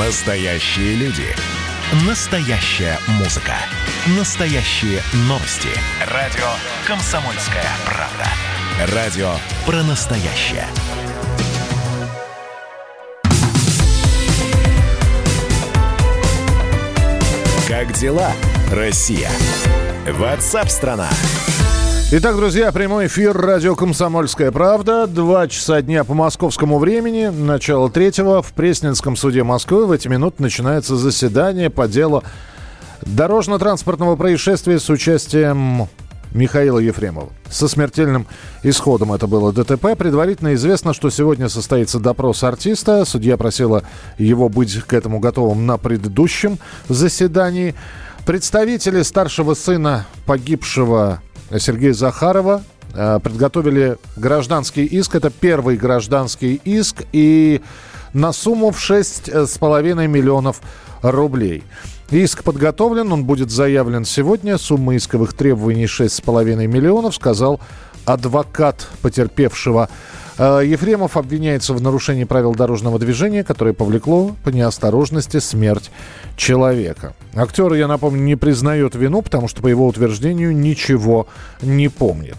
Настоящие люди. Настоящая музыка. Настоящие новости. Радио «Комсомольская правда». Радио про настоящее. Как дела, Россия? WhatsApp-страна. Итак, друзья, прямой эфир радио «Комсомольская правда». 2 часа дня по московскому времени, начало 3-го. В Пресненском суде Москвы в эти минуты начинается заседание по делу дорожно-транспортного происшествия с участием Михаила Ефремова. Со смертельным исходом это было ДТП. Предварительно известно, что сегодня состоится допрос артиста. Судья просила его быть к этому готовым на предыдущем заседании. Представители старшего сына погибшего Сергея Захарова подготовили гражданский иск. Это первый гражданский иск и на сумму в 6,5 миллионов рублей. Иск подготовлен, он будет заявлен сегодня. Сумма исковых требований 6,5 миллионов, сказал адвокат потерпевшего. Ефремов обвиняется в нарушении правил дорожного движения, которое повлекло по неосторожности смерть человека. Актер, я напомню, не признает вину, потому что, по его утверждению, ничего не помнит.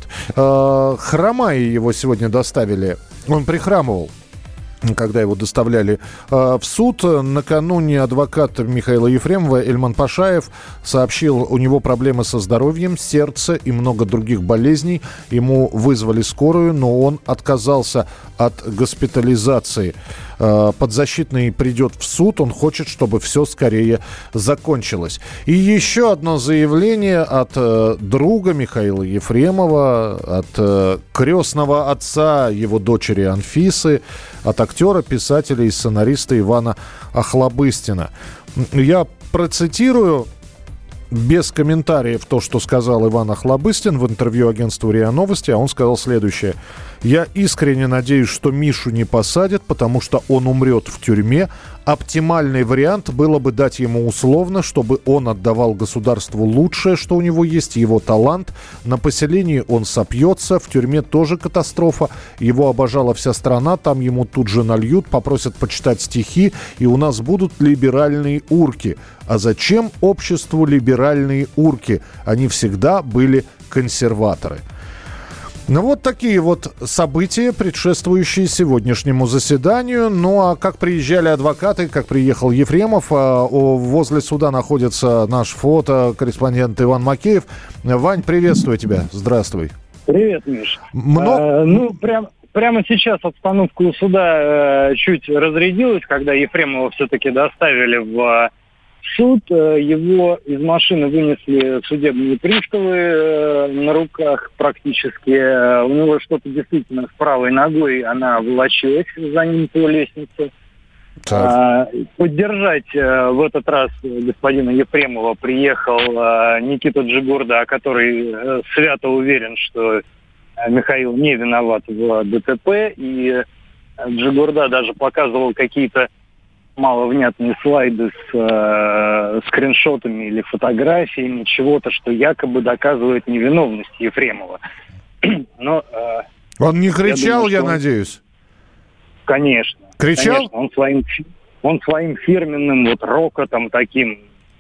Хромая его сегодня доставили. Он прихрамывал, когда его доставляли в суд. Накануне адвокат Михаила Ефремова Эльман Пашаев сообщил, у него проблемы со здоровьем, сердце и много других болезней. Ему вызвали скорую, но он отказался от госпитализации. Подзащитный придет в суд, он хочет, чтобы все скорее закончилось. И еще одно заявление от друга Михаила Ефремова, от крестного отца его дочери Анфисы, от актера, писателя и сценариста Ивана Охлобыстина. Я процитирую без комментариев то, что сказал Иван Охлобыстин в интервью агентству РИА Новости, а он сказал следующее. «Я искренне надеюсь, что Мишу не посадят, потому что он умрет в тюрьме. Оптимальный вариант было бы дать ему условно, чтобы он отдавал государству лучшее, что у него есть, его талант. На поселении он сопьется, в тюрьме тоже катастрофа. Его обожала вся страна, там ему тут же нальют, попросят почитать стихи, и у нас будут либеральные урки. А зачем обществу либеральные урки? Они всегда были консерваторы». Ну, вот такие вот события, предшествующие сегодняшнему заседанию. Ну, а как приезжали адвокаты, как приехал Ефремов, возле суда находится наш фотокорреспондент Иван Макеев. Вань, приветствую тебя. Здравствуй. Привет, Миша. Прямо сейчас обстановка у суда чуть разрядилась, когда Ефремова все-таки доставили в суд. Его из машины вынесли судебные приставы на руках практически. У него что-то действительно с правой ногой, она волочилась за ним по лестнице. Поддержать в этот раз господина Ефремова приехал Никита Джигурда, который свято уверен, что Михаил не виноват в ДТП. И Джигурда даже показывал какие-то маловнятные слайды с скриншотами или фотографиями чего-то, что якобы доказывает невиновность Ефремова. Но он не кричал, я надеюсь? Конечно. Кричал? Конечно. Он своим фирменным вот рокотом таким,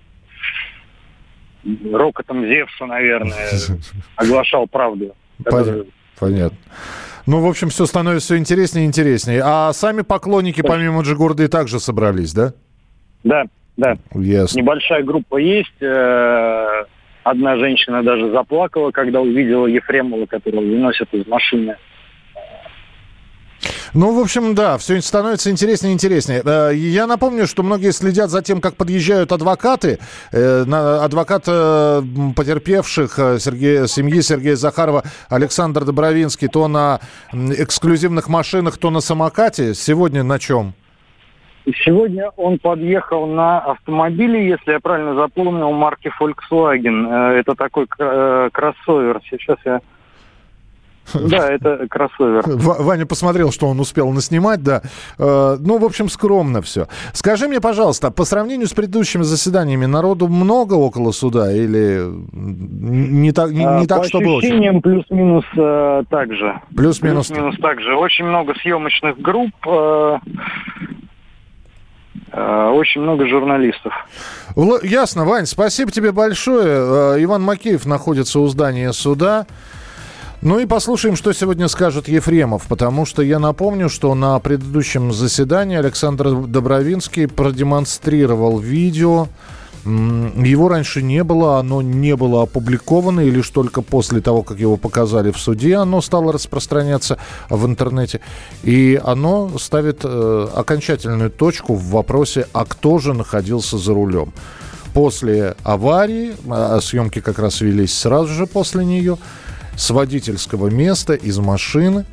рокотом Зевса, наверное, оглашал правду. Понятно. Ну, в общем, все становится все интереснее и интереснее. А сами поклонники, помимо Джигурды, также собрались, да? Да. Ясно. Небольшая группа есть. Одна женщина даже заплакала, когда увидела Ефремова, которого выносят из машины. Ну, в общем, да, все становится интереснее и интереснее. Я напомню, что многие следят за тем, как подъезжают адвокаты. Адвокат потерпевших семьи Сергея Захарова Александр Добровинский то на эксклюзивных машинах, то на самокате. Сегодня на чем? Сегодня он подъехал на автомобиле, если я правильно запомнил, марки Volkswagen. Это такой кроссовер. Сейчас я... Да, это кроссовер. Ваня посмотрел, что он успел наснимать, да. Ну, в общем, скромно все. Скажи мне, пожалуйста, по сравнению с предыдущими заседаниями, народу много около суда или не так, чтобы очень? По ощущениям, плюс-минус так же. Плюс-минус так же. Очень много съемочных групп. очень много журналистов. Ясно, Вань, спасибо тебе большое. Иван Макеев находится у здания суда. Ну и послушаем, что сегодня скажет Ефремов, потому что я напомню, что на предыдущем заседании Александр Добровинский продемонстрировал видео. Его раньше не было, оно не было опубликовано, и лишь только после того, как его показали в суде, оно стало распространяться в интернете. И оно ставит окончательную точку в вопросе, а кто же находился за рулем. После аварии, а съемки как раз велись сразу же после нее, с водительского места, из машины,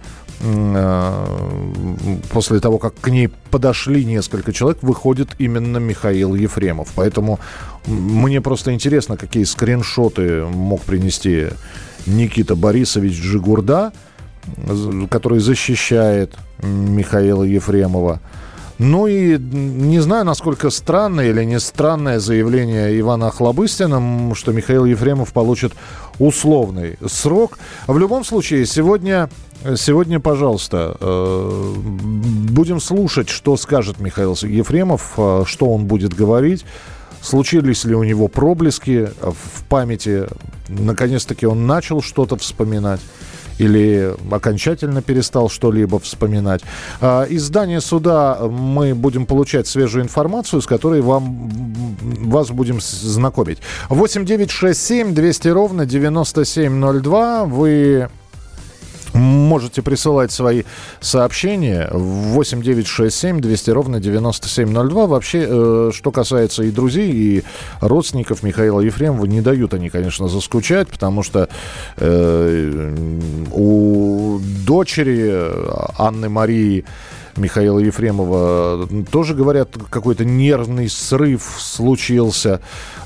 после того, как к ней подошли несколько человек, выходит именно Михаил Ефремов. Поэтому мне просто интересно, какие скриншоты мог принести Никита Борисович Джигурда, который защищает Михаила Ефремова. Ну и не знаю, насколько странное или не странное заявление Ивана Охлобыстина, что Михаил Ефремов получит условный срок. В любом случае, сегодня, пожалуйста, будем слушать, что скажет Михаил Ефремов, что он будет говорить. Случились ли у него проблески в памяти? Наконец-таки он начал что-то вспоминать или окончательно перестал что-либо вспоминать. Из здания суда мы будем получать свежую информацию, с которой вас будем знакомить. 8 9 6 7 200 ровно 9702. Вы можете присылать свои сообщения. 8 9 6 7 200 ровно 9702. Вообще, что касается и друзей, и родственников Михаила Ефремова, не дают они, конечно, заскучать, потому что у дочери Анны Марии Михаила Ефремова тоже, говорят, какой-то нервный срыв случился.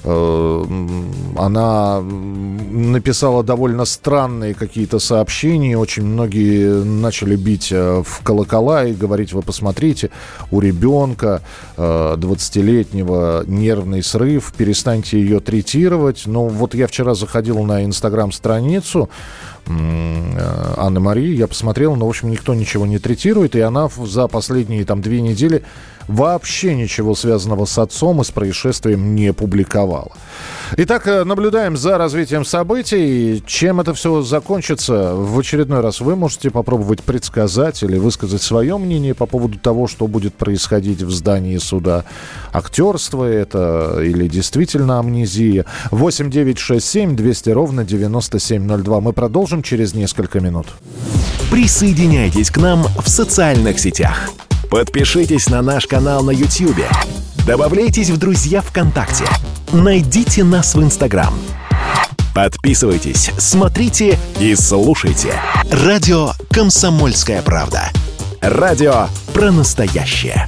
Она написала довольно странные какие-то сообщения. Очень многие начали бить в колокола и говорить: вы посмотрите, у ребенка 20-летнего нервный срыв, перестаньте ее третировать. Но вот я вчера заходил на инстаграм-страницу Анны Марии, я посмотрел, но, в общем, никто ничего не третирует, и она за последние 2 недели вообще ничего связанного с отцом и с происшествием не публиковала. Итак, наблюдаем за развитием событий. Чем это все закончится, в очередной раз вы можете попробовать предсказать или высказать свое мнение по поводу того, что будет происходить в здании суда. Актерство это или действительно амнезия. 8 9 6 7 200 ровно 9702. Мы продолжим через несколько минут. Присоединяйтесь к нам в социальных сетях. Подпишитесь на наш канал на YouTube. Добавляйтесь в друзья ВКонтакте. Найдите нас в Инстаграм. Подписывайтесь, смотрите и слушайте. Радио «Комсомольская правда». Радио про настоящее.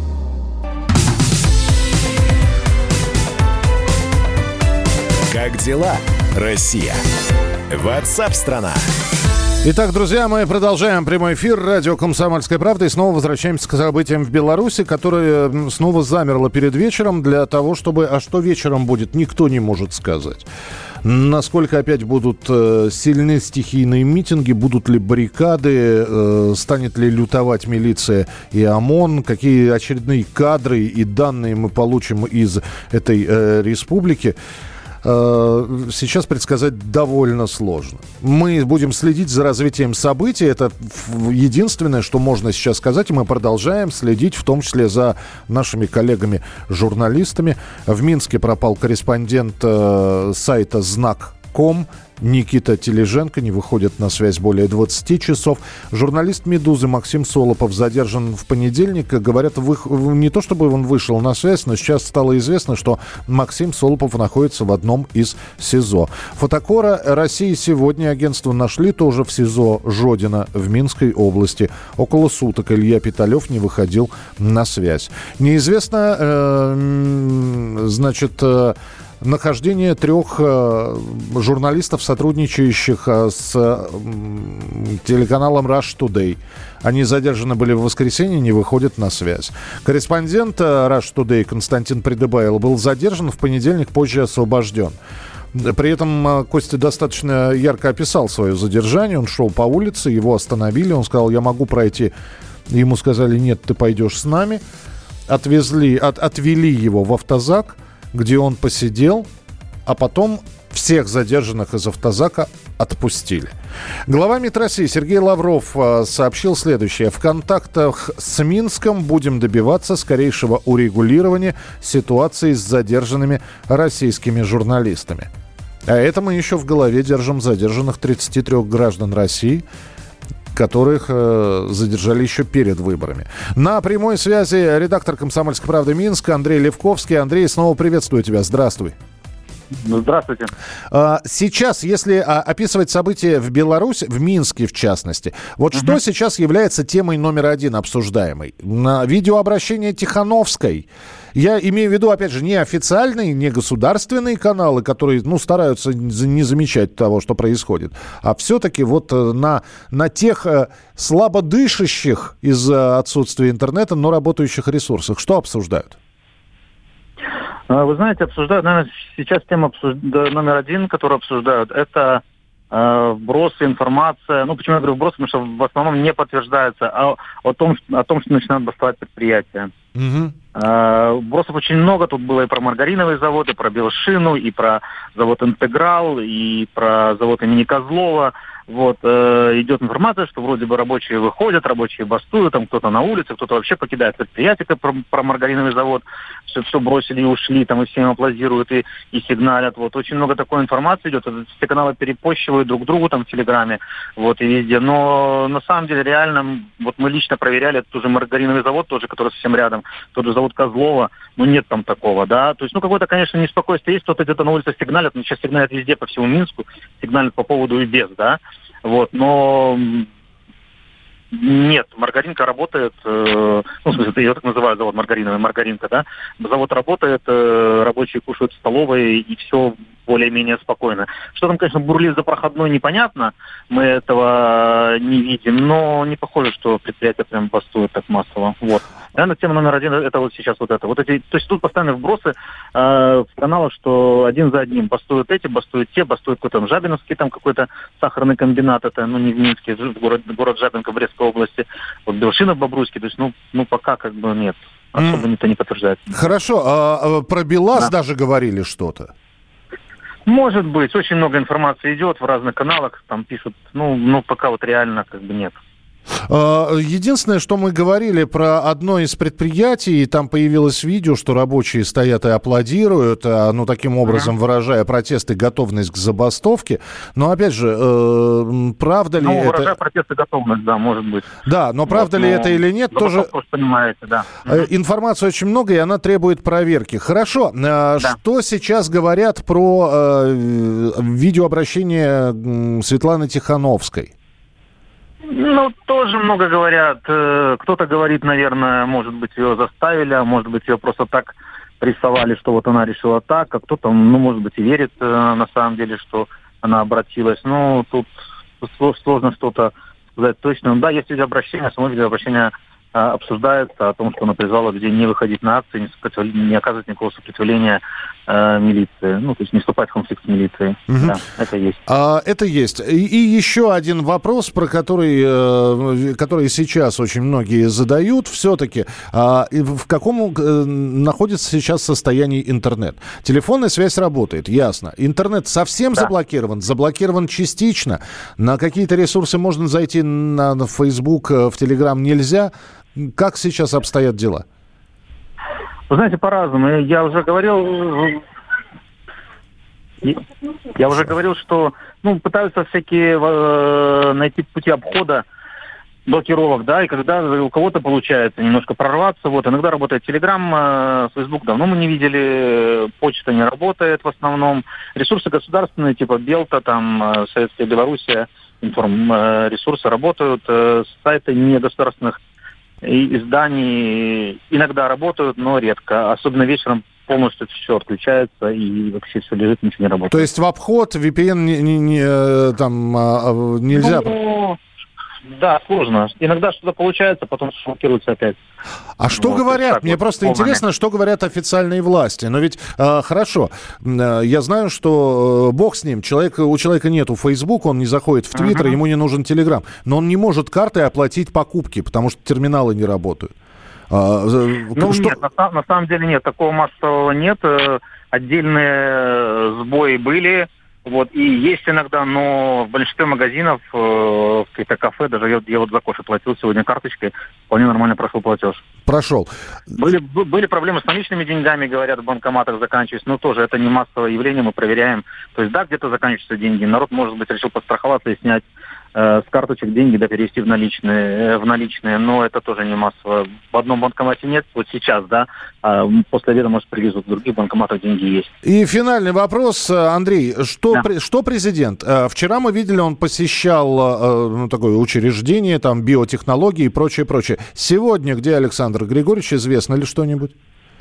Как дела, Россия? WhatsApp-страна. Итак, друзья, мы продолжаем прямой эфир радио «Комсомольская правда» и снова возвращаемся к событиям в Беларуси, которое снова замерло перед вечером для того, чтобы... А что вечером будет, никто не может сказать. Насколько опять будут сильны стихийные митинги, будут ли баррикады, станет ли лютовать милиция и ОМОН, какие очередные кадры и данные мы получим из этой республики. Сейчас предсказать довольно сложно. Мы будем следить за развитием событий. Это единственное, что можно сейчас сказать. И мы продолжаем следить, в том числе за нашими коллегами-журналистами. В Минске пропал корреспондент сайта «Знак.ком». Никита Тележенко не выходит на связь более 20 часов. Журналист «Медузы» Максим Солопов задержан в понедельник. Говорят, не то чтобы он вышел на связь, но сейчас стало известно, что Максим Солопов находится в одном из СИЗО. Фотокора России сегодня агентство нашли тоже в СИЗО Жодино в Минской области. Около суток Илья Питалев не выходил на связь. Неизвестно, нахождение 3 журналистов, сотрудничающих с телеканалом Rush Today. Они задержаны были в воскресенье, не выходят на связь. Корреспондент Rush Today Константин Придыбайло был задержан в понедельник, позже освобожден. При этом Костя достаточно ярко описал свое задержание. Он шел по улице, его остановили. Он сказал: я могу пройти. Ему сказали: нет, ты пойдешь с нами. отвели его в автозак, где он посидел, а потом всех задержанных из автозака отпустили. Глава МИД России Сергей Лавров сообщил следующее. В контактах с Минском будем добиваться скорейшего урегулирования ситуации с задержанными российскими журналистами. А это мы еще в голове держим задержанных 33 граждан России, которых задержали еще перед выборами. На прямой связи редактор «Комсомольской правды» Минска Андрей Левковский. Андрей, снова приветствую тебя. Здравствуй. Здравствуйте. Сейчас, если описывать события в Беларуси, в Минске в частности, вот что сейчас является темой номер один обсуждаемой? На видеообращение Тихановской. Я имею в виду, опять же, не официальные, не государственные каналы, которые, стараются не замечать того, что происходит, а все-таки вот на тех слабо дышащих из-за отсутствия интернета, но работающих ресурсах. Что обсуждают? Вы знаете, обсуждают, наверное, сейчас тема номер один, которую обсуждают, это вбросы, информация. Почему я говорю вбросы? Потому что в основном не подтверждается о том, что начинают бастовать предприятия. Вбросов очень много. Тут было и про маргариновый завод, и про Белшину, и про завод «Интеграл», и про завод имени Козлова. Идет информация, что вроде бы рабочие выходят, рабочие бастуют, там кто-то на улице, кто-то вообще покидает предприятие, про маргариновый завод, все бросили и ушли, там и всем аплодируют и сигналят. Очень много такой информации идет, все каналы перепощивают друг другу там в Телеграме, и везде. Но на самом деле реально, мы лично проверяли тот же маргариновый завод, тоже, который совсем рядом, тот же завод Козлова, нет там такого, да. То есть, какое-то, конечно, неспокойствие есть, кто-то где-то на улице сигналят, но сейчас сигналят везде, по всему Минску, сигналят по поводу и без, да. Но нет, маргаринка работает, в смысле, я так называю завод маргариновый, маргаринка, да, завод работает, рабочие кушают в столовой, и все более-менее спокойно. Что там, конечно, бурлит за проходной, непонятно, мы этого не видим, но не похоже, что предприятие прям бастует так массово. Наверное, тема номер один, это сейчас это. То есть тут постоянные вбросы в каналах, что один за одним бастуют эти, бастуют те, бастуют какой-то Жабиновский, там какой-то сахарный комбинат, это, не в Минске, город Жабинка в Брестской области, Белшина в Бобруйске, то есть, пока нет, особо никто не подтверждает. Хорошо, а про БелАЗ даже говорили что-то? Может быть, очень много информации идет в разных каналах, там пишут, пока реально нет. Единственное, что мы говорили про одно из предприятий, и там появилось видео, что рабочие стоят и аплодируют, таким образом выражая протест и готовность к забастовке. Но, опять же, правда ли это... выражая протест и готовность, да, может быть. Да, но правда ли это или нет, тоже... понимаете, да. Информации очень много, и она требует проверки. Хорошо. Что сейчас говорят про видеообращение Светланы Тихановской? Тоже много говорят. Кто-то говорит, наверное, может быть, ее заставили, а может быть, ее просто так прессовали, что она решила так, а кто-то, может быть, и верит на самом деле, что она обратилась. Тут сложно что-то сказать точно. Да, есть видеообращение, само видеообращение обсуждается о том, что она призвала людей не выходить на акции, не оказывать никакого сопротивления милиции. То есть не вступать в конфликт с милицией. Да, это есть. Это есть. И еще один вопрос, про который сейчас очень многие задают. Все-таки в каком находится сейчас состоянии интернет? Телефонная связь работает, ясно. Интернет совсем заблокирован? Заблокирован частично? На какие-то ресурсы можно зайти, на Facebook, в Telegram нельзя? Как сейчас обстоят дела? Вы знаете, по-разному. Я уже говорил, что пытаются всякие найти пути обхода блокировок, да, и когда у кого-то получается немножко прорваться, иногда работает Telegram, Facebook давно мы не видели, почта не работает в основном, ресурсы государственные, типа Белта, там, Советская Белоруссия, ресурсы работают, сайты негосударственных изданий иногда работают, но редко. Особенно вечером полностью все отключается и вообще все лежит, ничего не работает. То есть в обход VPN нельзя? Да, сложно. Иногда что-то получается, потом блокируется опять. А что говорят? Мне просто интересно, что говорят официальные власти. Но ведь, хорошо, я знаю, что бог с ним, у человека нету Facebook, он не заходит в Twitter, ему не нужен Telegram. Но он не может картой оплатить покупки, потому что терминалы не работают. Нет, на самом деле нет, такого массового нет. Отдельные сбои были, вот, и есть иногда, но в большинстве магазинов, в каких-то кафе, даже я вот за кофе платил сегодня карточкой, вполне нормально прошел платеж. Прошел. Были проблемы с наличными деньгами, говорят, в банкоматах заканчиваются, но тоже это не массовое явление, мы проверяем. То есть, да, где-то заканчиваются деньги, народ, может быть, решил подстраховаться и снять с карточек деньги, да, перевести в наличные, но это тоже не массово. В одном банкомате нет, вот сейчас, да, а после обеда, может, привезут, в других банкоматах деньги есть. И финальный вопрос, Андрей, что президент? Вчера мы видели, он посещал такое учреждение, там, биотехнологии и прочее. Сегодня где Александр Григорьевич, известно ли что-нибудь?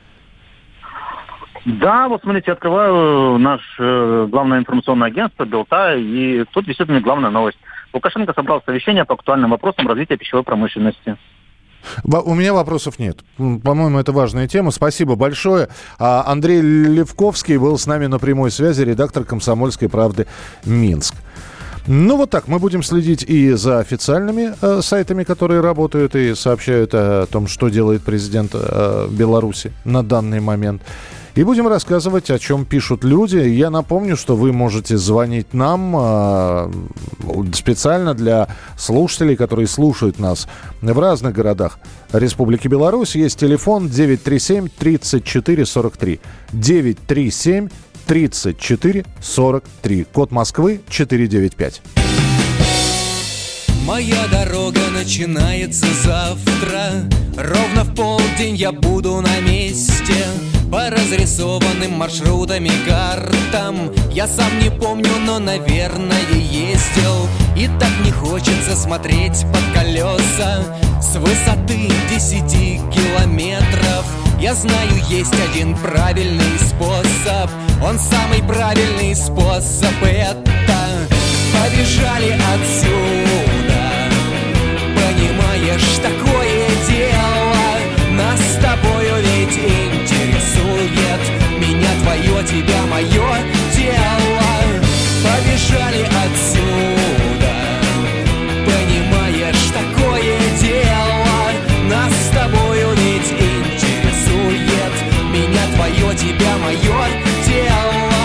Да, вот смотрите, открываю наше главное информационное агентство «Белта», и тут висит мне главная новость. Лукашенко собрал совещание по актуальным вопросам развития пищевой промышленности. У меня вопросов нет. По-моему, это важная тема. Спасибо большое. Андрей Левковский был с нами на прямой связи, редактор «Комсомольской правды» Минск. Ну, вот так. Мы будем следить и за официальными сайтами, которые работают и сообщают о том, что делает президент Беларуси на данный момент. И будем рассказывать, о чем пишут люди. Я напомню, что вы можете звонить нам специально для слушателей, которые слушают нас в разных городах Республики Беларусь. Есть телефон 937-34-43. 937-34-43. Код Москвы 495. Моя дорога начинается завтра. Ровно в полдень я буду на месте. По разрисованным маршрутам и картам я сам не помню, но, наверное, ездил. И так не хочется смотреть под колеса с высоты 10 километров. Я знаю, есть один правильный способ. Он самый правильный способ. Это побежали отсюда. Понимаешь, такое дело. Нас с тобою ведь интересует. Меня твое, тебя мое дело. Побежали отсюда. Понимаешь, такое дело. Нас с тобою ведь интересует. Меня твое, тебя мое дело.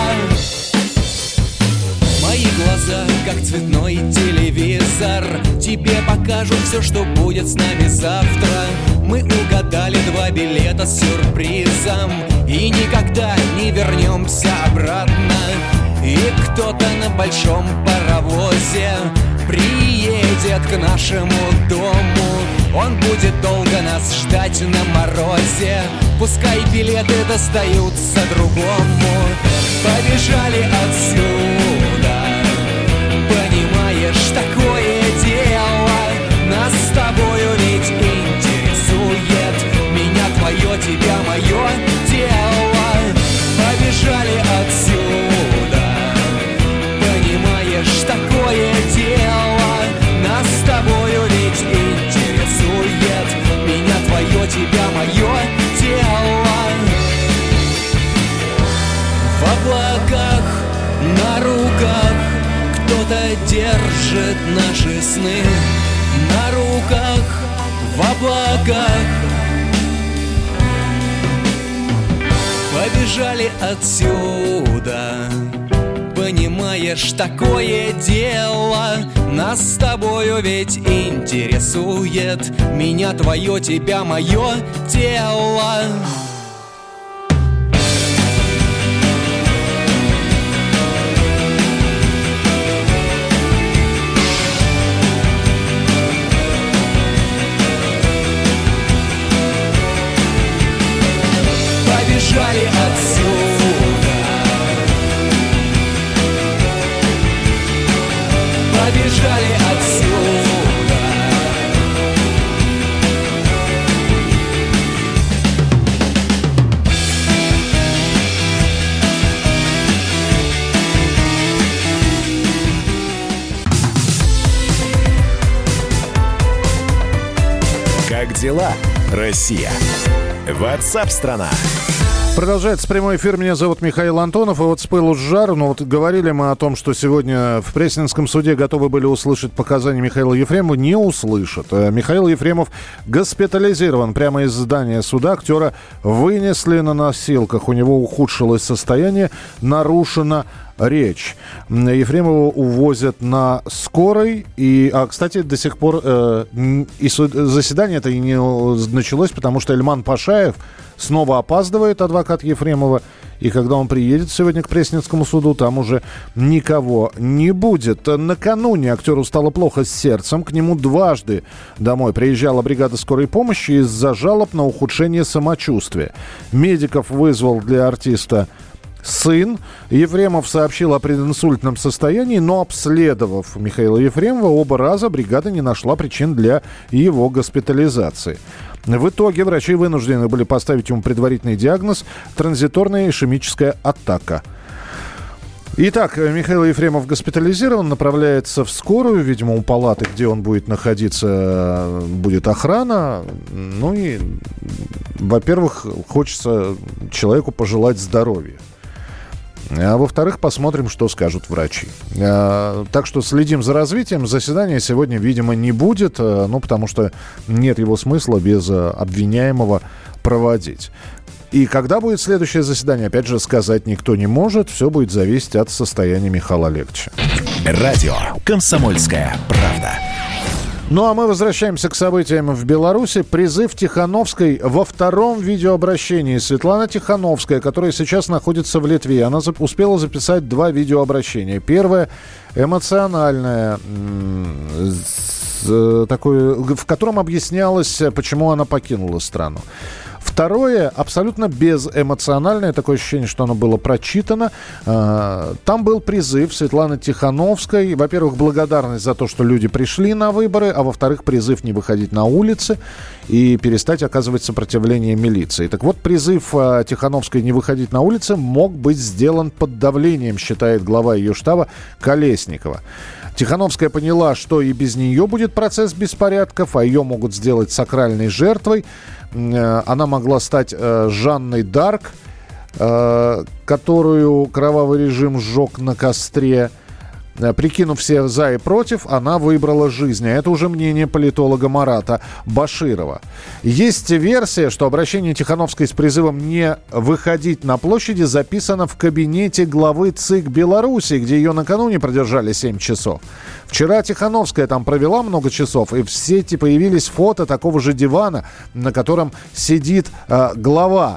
Мои глаза, как цветной телевизор, тебе покажут все, что будет с нами завтра. Мы угадали 2 билета с сюрпризом и никогда не вернемся обратно. И кто-то на большом паровозе приедет к нашему дому. Он будет долго нас ждать на морозе. Пускай билеты достаются другому. Побежали отсюда. Понимаешь, такое дело. Нас с тобою ведь интересует. Меня твое, тебя мое дело. Побежали отсюда. Понимаешь, такое дело. Нас с тобою ведь интересует. Меня твое, тебя мое дело. В облаках, на руках кто-то держит наши сны. На руках, в облаках. Побежали отсюда. Понимаешь, такое дело. Нас с тобою ведь интересует. Меня твое, тебя мое дело. Побежали отсюда. Побежали отсюда. Как дела, Россия? WhatsApp-страна. Продолжается прямой эфир. Меня зовут Михаил Антонов. И вот с пылу с жару. Ну вот говорили мы о том, что сегодня в Пресненском суде готовы были услышать показания Михаила Ефремова. Не услышат. Михаил Ефремов госпитализирован прямо из здания суда. Актера вынесли на носилках. У него ухудшилось состояние. Нарушена речь. Ефремова увозят на скорой. Кстати, до сих пор заседание это и не началось, потому что Эльман Пашаев снова опаздывает, адвокат Ефремова. И когда он приедет сегодня к Пресненскому суду, там уже никого не будет. Накануне актеру стало плохо с сердцем. К нему дважды домой приезжала бригада скорой помощи из-за жалоб на ухудшение самочувствия. Медиков вызвал для артиста сын. Ефремов сообщил о прединсультном состоянии, но, обследовав Михаила Ефремова, оба раза бригада не нашла причин для его госпитализации. В итоге врачи вынуждены были поставить ему предварительный диагноз – транзиторная ишемическая атака. Итак, Михаил Ефремов госпитализирован, направляется в скорую. Видимо, у палаты, где он будет находиться, будет охрана. Ну и, во-первых, хочется человеку пожелать здоровья. А во-вторых, посмотрим, что скажут врачи. Так что следим за развитием. Заседания сегодня, видимо, не будет, потому что нет его смысла без обвиняемого проводить. И когда будет следующее заседание, опять же, сказать никто не может. Все будет зависеть от состояния Михаила Олеговича. Радио «Комсомольская правда». Ну, а мы возвращаемся к событиям в Беларуси. Призыв Тихановской во втором видеообращении. Светлана Тихановская, которая сейчас находится в Литве, она успела записать 2 видеообращения. Первое эмоциональное, такое, в котором объяснялось, почему она покинула страну. Второе, абсолютно безэмоциональное, такое ощущение, что оно было прочитано. Там был призыв Светланы Тихановской. Во-первых, благодарность за то, что люди пришли на выборы, а во-вторых, призыв не выходить на улицы и перестать оказывать сопротивление милиции. Так вот, призыв Тихановской не выходить на улицы мог быть сделан под давлением, считает глава ее штаба Колесникова. Тихановская поняла, что и без нее будет процесс беспорядков, а ее могут сделать сакральной жертвой. Она могла стать Жанной Дарк, которую кровавый режим сжег на костре. Прикинув все за и против, она выбрала жизнь. А это уже мнение политолога Марата Баширова. Есть версия, что обращение Тихановской с призывом не выходить на площади записано в кабинете главы ЦИК Беларуси, где ее накануне продержали 7 часов. Вчера Тихановская там провела много часов, и в сети появились фото такого же дивана, на котором сидит глава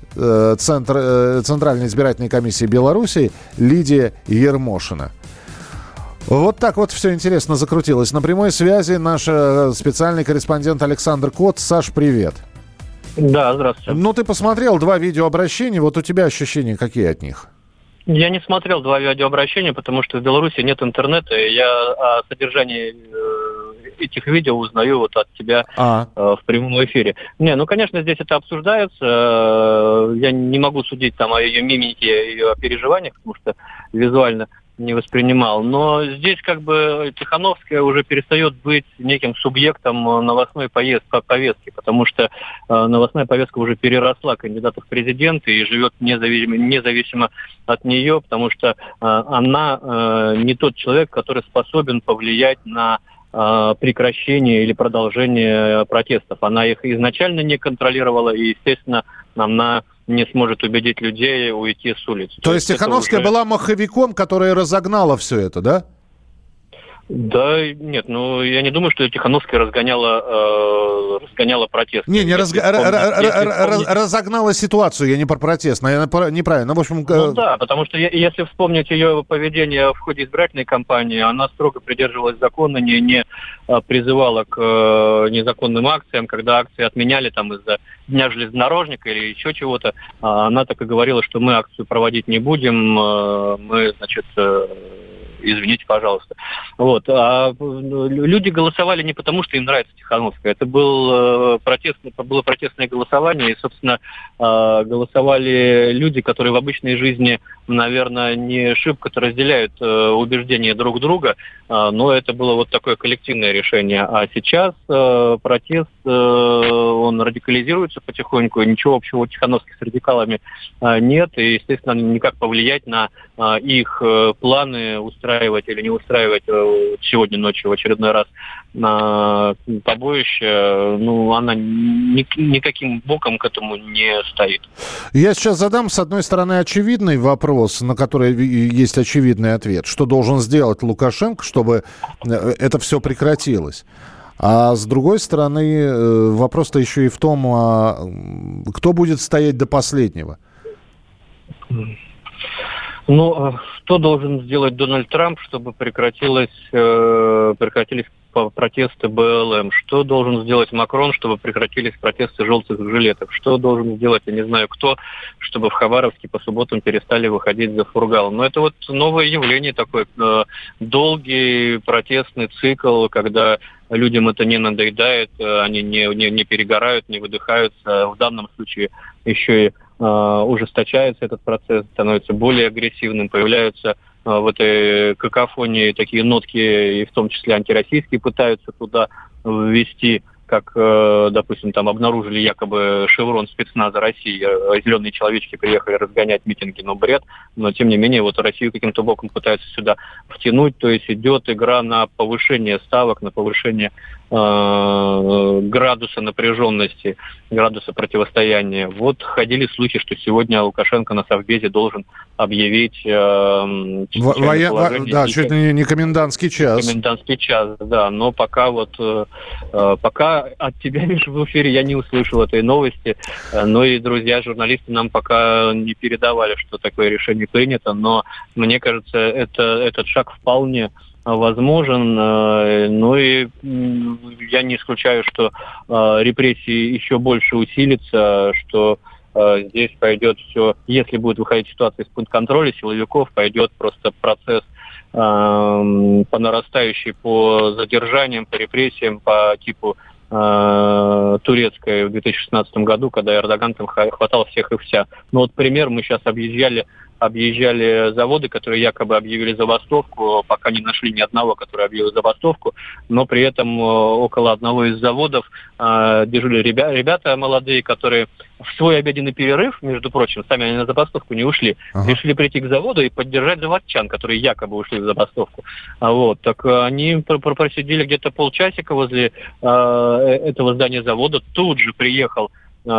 Центральной избирательной комиссии Беларуси Лидия Ермошина. Вот так вот все интересно закрутилось. На прямой связи наш специальный корреспондент Александр Кот. Саш, привет. Да, здравствуйте. Ну, ты посмотрел 2 видеообращения. Вот у тебя ощущения какие от них? Я не смотрел 2 видеообращения, потому что в Беларуси нет интернета, и я о содержании этих видео узнаю вот от тебя в прямом эфире. Ну, конечно, здесь это обсуждается. Я не могу судить там о ее мимике, ее переживаниях, потому что визуально не воспринимал. Но здесь как бы Тихановская уже перестает быть неким субъектом новостной повестки, потому что новостная повестка уже переросла кандидата в президенты и живет независимо от нее, потому что она не тот человек, который способен повлиять на прекращение или продолжение протестов. Она их изначально не контролировала, и, естественно, она не сможет убедить людей уйти с улиц. То есть Тихановская была маховиком, которая разогнала все это, да? Да, нет, я не думаю, что Тихановская разгоняла протест. Разогнала ситуацию, я не про протест, наверное, неправильно. В общем, да, потому что если вспомнить ее поведение в ходе избирательной кампании, она строго придерживалась закона, не призывала к незаконным акциям, когда акции отменяли там из-за Дня железнодорожника или еще чего-то. Она так и говорила, что мы акцию проводить не будем, мы, извините, пожалуйста. А люди голосовали не потому, что им нравится Тихановская. Это было протестное голосование, и, собственно, голосовали люди, которые в обычной жизни, наверное, не шибко-то разделяют убеждения друг друга, но это было вот такое коллективное решение. А сейчас протест он радикализируется потихоньку, ничего общего у Тихановских с радикалами нет, и, естественно, никак повлиять на их планы устраивать или не устраивать сегодня ночью в очередной раз на побоище, она никаким боком к этому не стоит. Я сейчас задам, с одной стороны, очевидный вопрос, на который есть очевидный ответ. Что должен сделать Лукашенко, чтобы это все прекратилось? А с другой стороны, вопрос-то еще и в том, кто будет стоять до последнего? Что должен сделать Дональд Трамп, чтобы прекратились протесты БЛМ? Что должен сделать Макрон, чтобы прекратились протесты желтых жилетов? Что должен сделать, я не знаю кто, чтобы в Хабаровске по субботам перестали выходить за фургал? Но это вот новое явление такое, долгий протестный цикл, когда людям это не надоедает, они не перегорают, не выдыхаются. В данном случае еще и ужесточается этот процесс, становится более агрессивным, появляются в этой какофонии такие нотки, и в том числе антироссийские, пытаются туда ввести, как, допустим, там обнаружили якобы шеврон спецназа России, зеленые человечки приехали разгонять митинги, бред, но тем не менее вот Россию каким-то боком пытаются сюда втянуть, то есть идет игра на повышение ставок, на повышение градуса напряженности, градуса противостояния. Вот ходили слухи, что сегодня Лукашенко на Совбезе должен объявить положение. Да, чуть ли не комендантский час. Комендантский час, да, но пока от тебя, Миша, в эфире я не услышал этой новости, но и друзья, журналисты нам пока не передавали, что такое решение принято, но мне кажется, этот шаг вполне возможен, и я не исключаю, что репрессии еще больше усилятся, что здесь пойдет все, если будет выходить ситуация из-под контроля силовиков, пойдет просто процесс по нарастающей, по задержаниям, по репрессиям, по типу турецкой в 2016 году, когда Эрдоган там хватал всех и вся. Пример, мы сейчас объезжали заводы, которые якобы объявили забастовку, пока не нашли ни одного, который объявил забастовку, но при этом около одного из заводов дежурили ребята молодые, которые в свой обеденный перерыв, между прочим, сами они на забастовку не ушли, решили прийти к заводу и поддержать заводчан, которые якобы ушли в забастовку. Так они просидели где-то полчасика возле этого здания завода, тут же приехал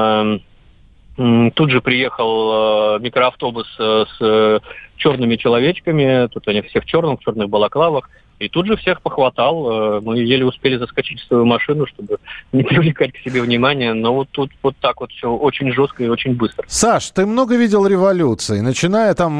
микроавтобус с черными человечками, тут они все в черном, в черных балаклавах, и тут же всех похватал. Мы еле успели заскочить в свою машину, чтобы не привлекать к себе внимания, но тут вот так вот все очень жестко и очень быстро. Саш, ты много видел революций, начиная там,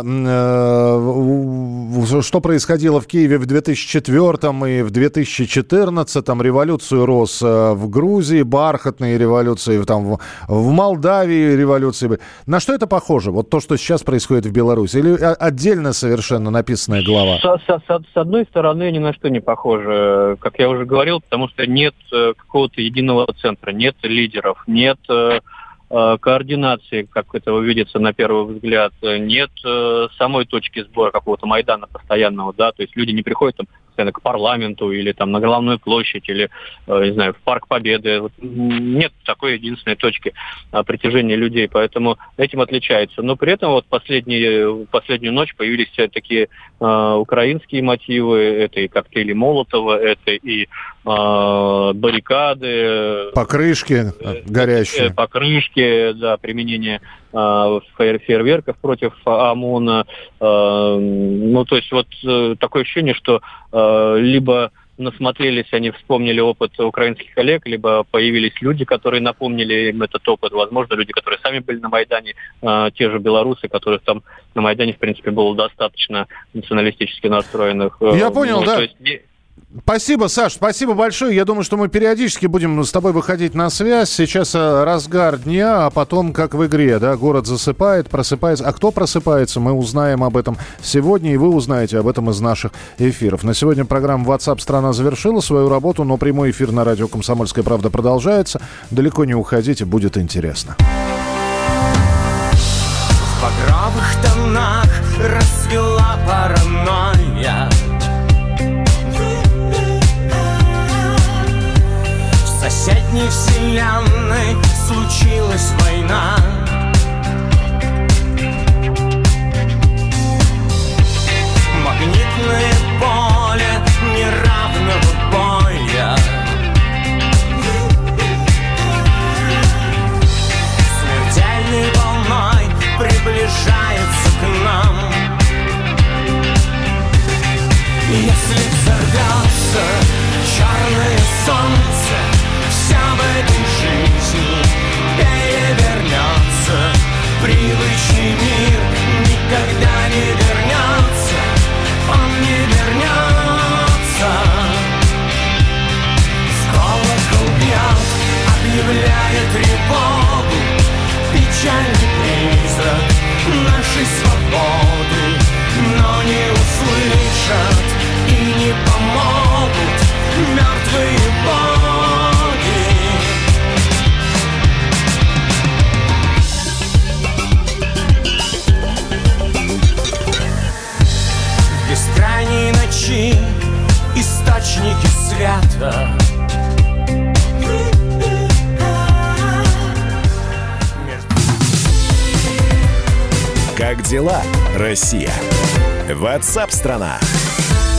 что происходило в Киеве в 2004 и в 2014, революцию рос в Грузии, бархатные революции, там в Молдавии революции. На что это похоже? Вот то, что сейчас происходит в Беларуси? Или отдельно совершенно написанная глава? С одной стороны, ни на что не похоже, как я уже говорил, потому что нет какого-то единого центра, нет лидеров, нет координации, как это видится на первый взгляд, нет самой точки сбора какого-то Майдана постоянного, да, то есть люди не приходят там постоянно к парламенту или там на Главную площадь или, не знаю, в Парк Победы. Нет такой единственной точки притяжения людей, поэтому этим отличается. Но при этом последнюю ночь появились такие украинские мотивы, это и коктейли Молотова, это и баррикады. Покрышки горящие. Покрышки, да, применение фейерверков против ОМОНа. То есть такое ощущение, что либо насмотрелись, они вспомнили опыт украинских коллег, либо появились люди, которые напомнили им этот опыт. Возможно, люди, которые сами были на Майдане, те же белорусы, которых там на Майдане, в принципе, было достаточно националистически настроенных. Я понял, да. Спасибо, Саш, спасибо большое. Я думаю, что мы периодически будем с тобой выходить на связь. Сейчас разгар дня, а потом, как в игре, да, город засыпает, просыпается. А кто просыпается, мы узнаем об этом сегодня, и вы узнаете об этом из наших эфиров. На сегодня программа WhatsApp страна завершила свою работу, но прямой эфир на радио «Комсомольская правда» продолжается. Далеко не уходите, будет интересно. В багровых тонах расцвела паранойя. соседней вселенной случилась война. Магнитное поле неравного боя. Смертельной волной приближается к нам. Если взорвется черное солнце, вся в этой жизни перевернется. Привычный мир никогда не вернется. Он не вернется. В колокол бьет, объявляя тревогу, печальный призрак нашей свободы. Но не услышат и не помогут мертвые боги. В бескрайней ночи источники света. Как дела, Россия? WhatsApp-страна.